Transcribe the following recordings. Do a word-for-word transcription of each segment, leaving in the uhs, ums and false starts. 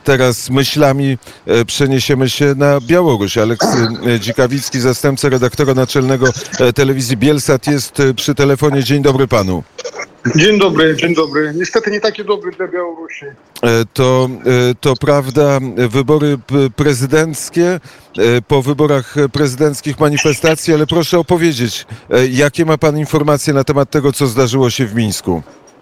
teraz myślami przeniesiemy się na Białoruś. Aleks Dzikawicki, zastępca redaktora naczelnego telewizji Bielsat, jest przy telefonie. Dzień dobry panu. Dzień dobry, dzień dobry. Niestety nie taki dobry dla Białorusi. To, to prawda, wybory prezydenckie, po wyborach prezydenckich manifestacji, ale proszę opowiedzieć, jakie ma pan informacje na temat tego, co zdarzyło się w Mińsku?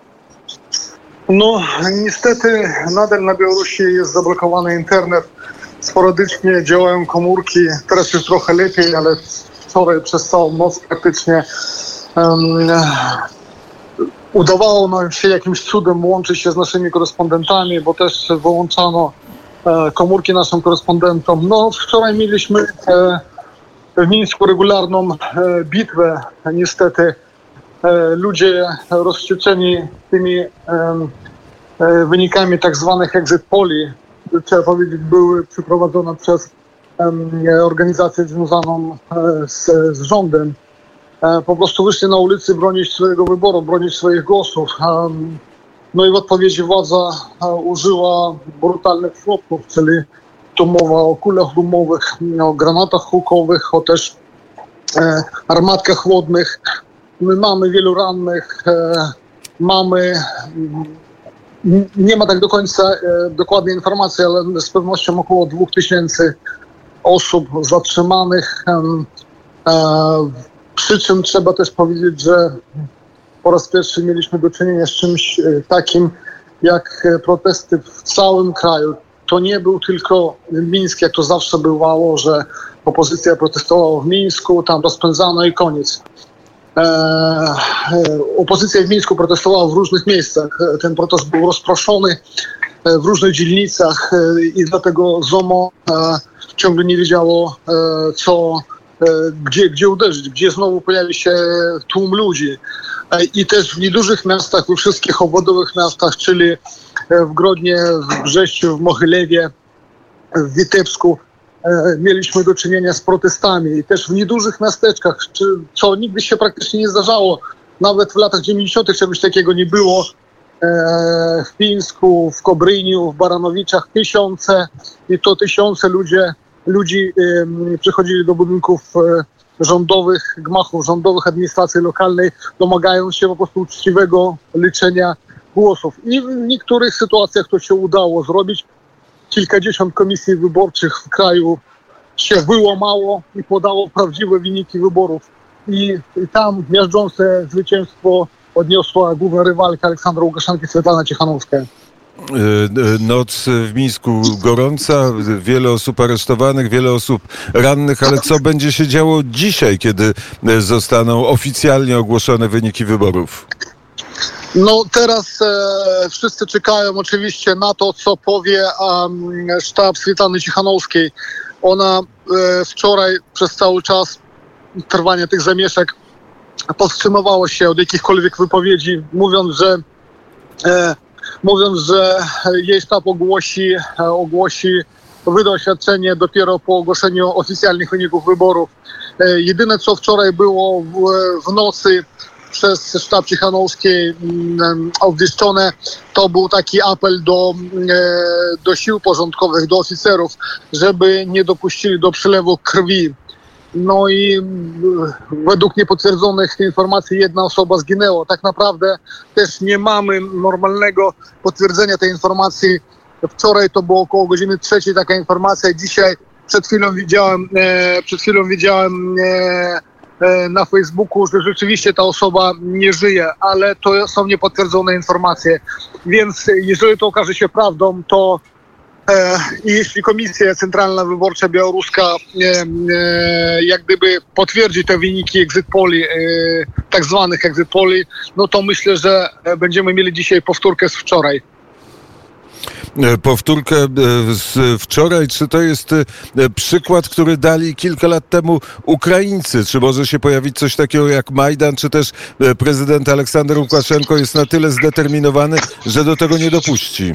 No, niestety nadal na Białorusi jest zablokowany internet. Sporadycznie działają komórki. Teraz jest trochę lepiej, ale wczoraj przez całą noc praktycznie um, udawało nam się jakimś cudem łączyć się z naszymi korespondentami, bo też wyłączano e, komórki naszym korespondentom. No, wczoraj mieliśmy e, w Mińsku regularną e, bitwę. Niestety e, ludzie rozwścieczeni tymi e, e, wynikami tak zwanych exit poli, trzeba powiedzieć, były przeprowadzone przez e, organizację związaną e, z, z rządem. Po prostu wyszli na ulicy bronić swojego wyboru, bronić swoich głosów. No i w odpowiedzi władza użyła brutalnych środków, czyli tu mowa o kulach gumowych, o granatach hukowych, o też armatkach wodnych. My mamy wielu rannych, mamy, nie ma tak do końca dokładnej informacji, ale z pewnością około dwóch tysięcy osób zatrzymanych. Przy czym trzeba też powiedzieć, że po raz pierwszy mieliśmy do czynienia z czymś takim jak protesty w całym kraju. To nie był tylko Mińsk, jak to zawsze bywało, że opozycja protestowała w Mińsku, tam rozpędzano i koniec. E, opozycja w Mińsku protestowała w różnych miejscach. Ten protest był rozproszony w różnych dzielnicach i dlatego ZOMO e, ciągle nie wiedziało, e, co Gdzie, gdzie uderzyć, gdzie znowu pojawi się tłum ludzi. I też w niedużych miastach, we wszystkich obwodowych miastach, czyli w Grodnie, w Brześciu, w Mohylewie, w Witebsku, mieliśmy do czynienia z protestami. I też w niedużych miasteczkach, co nigdy się praktycznie nie zdarzało. Nawet w latach dziewięćdziesiątych czegoś takiego nie było. W Pińsku, w Kobryniu, w Baranowiczach tysiące i to tysiące ludzie Ludzi y, przychodzili do budynków y, rządowych, gmachów rządowych, administracji lokalnej, domagając się po prostu uczciwego liczenia głosów. I w niektórych sytuacjach to się udało zrobić. Kilkadziesiąt komisji wyborczych w kraju się wyłamało i podało prawdziwe wyniki wyborów. I, i tam miażdżące zwycięstwo odniosła główna rywalka Aleksandra Łukaszenki, Svetlana Cichanowska. Noc w Mińsku gorąca, wiele osób aresztowanych, wiele osób rannych, ale co będzie się działo dzisiaj, kiedy zostaną oficjalnie ogłoszone wyniki wyborów? No teraz e, wszyscy czekają oczywiście na to, co powie um, sztab Svetlany Cichanowskiej. Ona e, wczoraj przez cały czas trwania tych zamieszek powstrzymywała się od jakichkolwiek wypowiedzi, mówiąc, że e, mówiąc, że jej sztab ogłosi, ogłosi wyda oświadczenie dopiero po ogłoszeniu oficjalnych wyników wyborów. Jedyne, co wczoraj było w, w nocy przez sztab Cichanowskiej obwieszczone, to był taki apel do, do sił porządkowych, do oficerów, żeby nie dopuścili do przelewu krwi. No i według niepotwierdzonych informacji jedna osoba zginęła. Tak naprawdę też nie mamy normalnego potwierdzenia tej informacji. Wczoraj to było około godziny trzeciej taka informacja. Dzisiaj przed chwilą widziałem, e, przed chwilą widziałem e, e, na Facebooku, że rzeczywiście ta osoba nie żyje, ale to są niepotwierdzone informacje. Więc jeżeli to okaże się prawdą, to i jeśli Komisja Centralna Wyborcza Białoruska e, e, jak gdyby potwierdzi te wyniki exit poli, e, tak zwanych exit poli, no to myślę, że będziemy mieli dzisiaj powtórkę z wczoraj. Powtórkę z wczoraj. Czy to jest przykład, który dali kilka lat temu Ukraińcy? Czy może się pojawić coś takiego jak Majdan? Czy też prezydent Aleksander Łukaszenko jest na tyle zdeterminowany, że do tego nie dopuści?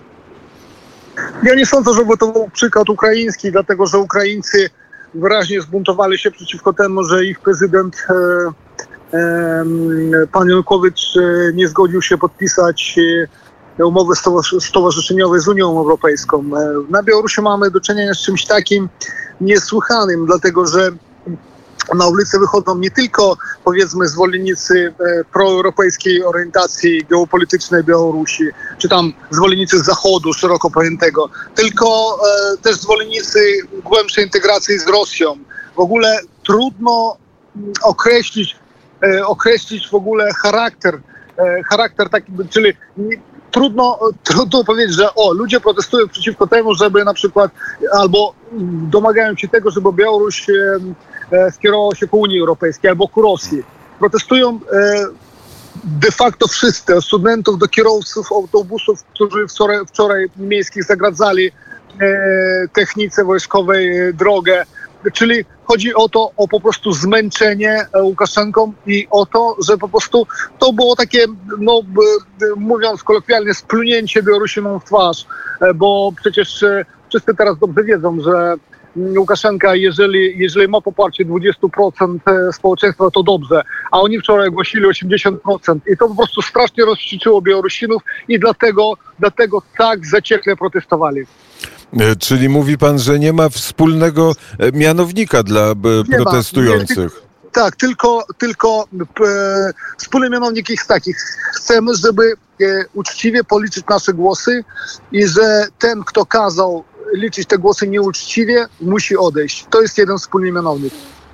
Ja nie sądzę, żeby to był przykład ukraiński, dlatego że Ukraińcy wyraźnie zbuntowali się przeciwko temu, że ich prezydent e, e, pan Janukowicz e, nie zgodził się podpisać umowy stowarzyszeniowej z Unią Europejską. Na Białorusi mamy do czynienia z czymś takim niesłychanym, dlatego że na ulicę wychodzą nie tylko, powiedzmy, zwolennicy proeuropejskiej orientacji geopolitycznej Białorusi, czy tam zwolennicy Zachodu szeroko pojętego, tylko e, też zwolennicy głębszej integracji z Rosją. W ogóle trudno określić, e, określić w ogóle charakter, e, charakter taki, czyli nie, Trudno, trudno powiedzieć, że o, ludzie protestują przeciwko temu, żeby na przykład, albo domagają się tego, żeby Białoruś e, skierowała się ku Unii Europejskiej albo ku Rosji. Protestują e, de facto wszyscy, od studentów do kierowców autobusów, którzy wczoraj, wczoraj miejskich zagradzali e, technice wojskowej drogę. Czyli chodzi o to, o po prostu zmęczenie Łukaszenką i o to, że po prostu to było takie, no mówiąc kolokwialnie, splunięcie Białorusinom w twarz, bo przecież wszyscy teraz dobrze wiedzą, że Łukaszenka, jeżeli, jeżeli ma poparcie dwadzieścia procent społeczeństwa, to dobrze, a oni wczoraj głosili osiemdziesiąt procent i to po prostu strasznie rozwścieczyło Białorusinów i dlatego, dlatego tak zaciekle protestowali. Czyli mówi pan, że nie ma wspólnego mianownika dla nie protestujących. Ma, nie, tak, tylko, tylko e, wspólny mianownik jest taki. Chcemy, żeby e, uczciwie policzyć nasze głosy i że ten, kto kazał liczyć te głosy nieuczciwie, musi odejść. To jest jeden wspólny mianownik.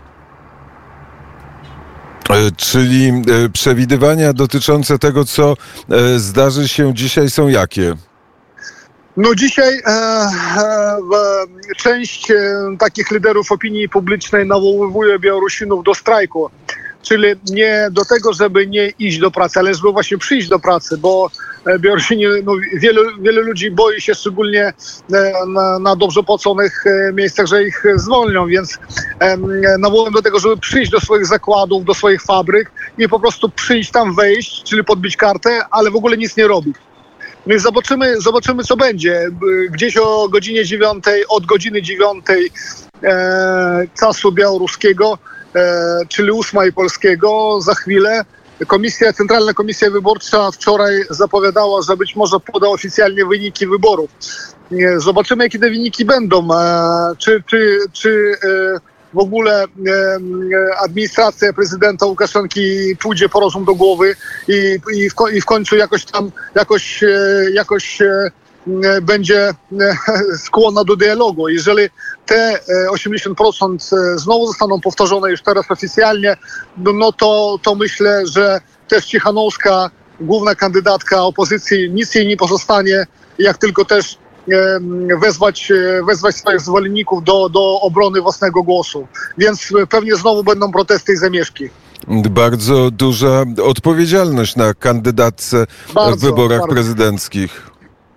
Czyli przewidywania dotyczące tego, co zdarzy się dzisiaj, są jakie? No dzisiaj e, e, część e, takich liderów opinii publicznej nawołuje Białorusinów do strajku, czyli nie do tego, żeby nie iść do pracy, ale żeby właśnie przyjść do pracy, bo Białorusini, no, wielu, wielu ludzi boi się, szczególnie na, na dobrze płaconych miejscach, że ich zwolnią, więc e, nawołują do tego, żeby przyjść do swoich zakładów, do swoich fabryk i po prostu przyjść tam, wejść, czyli podbić kartę, ale w ogóle nic nie robić. No i zobaczymy, zobaczymy, co będzie. Gdzieś o godzinie dziewiątej, od godziny dziewiątej e, czasu białoruskiego, e, czyli ósmej polskiego, za chwilę Komisja, Centralna Komisja Wyborcza wczoraj zapowiadała, że być może poda oficjalnie wyniki wyborów. E, zobaczymy, jakie te wyniki będą. E, czy czy, czy e, w ogóle e, administracja prezydenta Łukaszenki pójdzie po rozum do głowy i, i, w, i w końcu jakoś tam jakoś, e, jakoś e, będzie e, skłonna do dialogu. Jeżeli te osiemdziesiąt procent znowu zostaną powtórzone już teraz oficjalnie, no, no to, to myślę, że też Cichanouska, główna kandydatka opozycji, nic jej nie pozostanie, jak tylko też wezwać, wezwać swoich zwolenników do, do obrony własnego głosu. Więc pewnie znowu będą protesty i zamieszki. Bardzo duża odpowiedzialność na kandydatce bardzo, w wyborach bardzo. prezydenckich.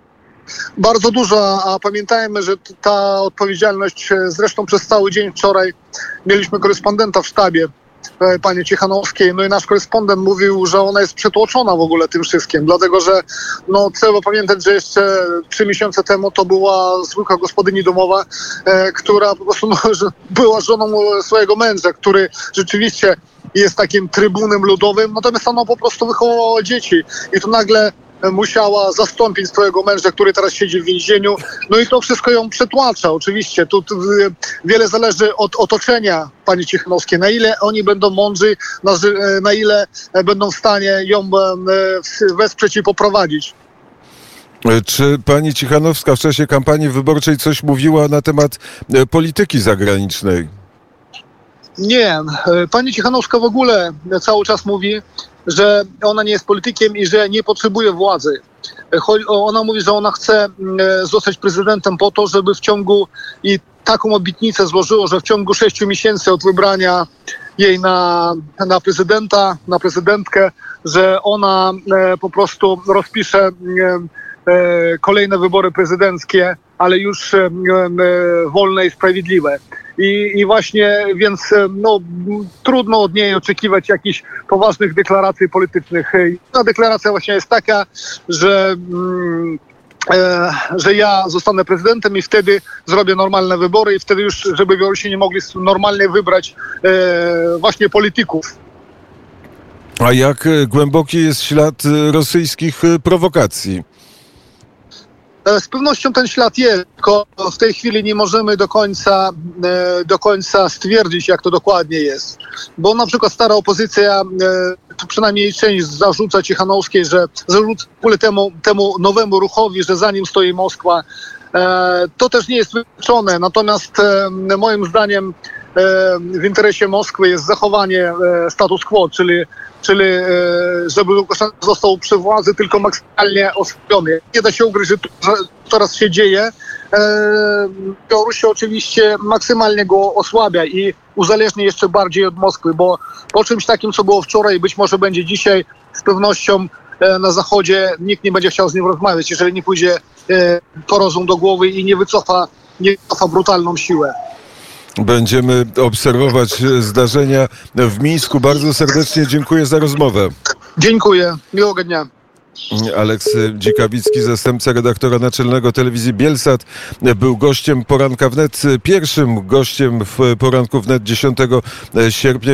Bardzo duża, a pamiętajmy, że ta odpowiedzialność, zresztą przez cały dzień wczoraj mieliśmy korespondenta w sztabie, pani Cichanouskiej, no i nasz korespondent mówił, że ona jest przytłoczona w ogóle tym wszystkim, dlatego że no, trzeba pamiętać, że jeszcze trzy miesiące temu to była zwykła gospodyni domowa, e, która po prostu no, była żoną swojego męża, który rzeczywiście jest takim trybunem ludowym, natomiast ona po prostu wychowała dzieci i to nagle musiała zastąpić swojego męża, który teraz siedzi w więzieniu. No i to wszystko ją przetłacza. Oczywiście tu, tu wiele zależy od otoczenia pani Cichanouskiej. Na ile oni będą mądrzy, na, na ile będą w stanie ją wesprzeć i poprowadzić. Czy pani Cichanouska w czasie kampanii wyborczej coś mówiła na temat polityki zagranicznej? Nie. Pani Cichanouska w ogóle cały czas mówi, że ona nie jest politykiem i że nie potrzebuje władzy. Ona mówi, że ona chce zostać prezydentem po to, żeby w ciągu, i taką obietnicę złożyło, że w ciągu sześciu miesięcy od wybrania jej na, na prezydenta, na prezydentkę, że ona po prostu rozpisze kolejne wybory prezydenckie, ale już wolne i sprawiedliwe. I, I właśnie więc no, trudno od niej oczekiwać jakichś poważnych deklaracji politycznych. Ta deklaracja właśnie jest taka, że, mm, e, że ja zostanę prezydentem i wtedy zrobię normalne wybory i wtedy już, żeby Białorusini mogli normalnie wybrać e, właśnie polityków. A jak głęboki jest ślad rosyjskich prowokacji? Z pewnością ten ślad jest, tylko w tej chwili nie możemy do końca, do końca stwierdzić, jak to dokładnie jest. Bo na przykład stara opozycja, przynajmniej część zarzuca Cichanouskiej, że zarzuca w ogóle temu, temu nowemu ruchowi, że za nim stoi Moskwa. To też nie jest wykluczone, natomiast moim zdaniem w interesie Moskwy jest zachowanie status quo, czyli, czyli żeby Łukaszenko został przy władzy, tylko maksymalnie osłabiony. Nie da się ukryć, że to teraz się dzieje. Białoruś oczywiście maksymalnie go osłabia i uzależnia jeszcze bardziej od Moskwy, bo po czymś takim, co było wczoraj, być może będzie dzisiaj, z pewnością na Zachodzie nikt nie będzie chciał z nim rozmawiać, jeżeli nie pójdzie po rozum do głowy i nie wycofa, nie wycofa brutalną siłę. Będziemy obserwować zdarzenia w Mińsku. Bardzo serdecznie dziękuję za rozmowę. Dziękuję. Miłego dnia. Aleks Dzikawicki, zastępca redaktora naczelnego telewizji Bielsat, był gościem Poranka Wnet, pierwszym gościem w Poranku Wnet dziesiątego sierpnia.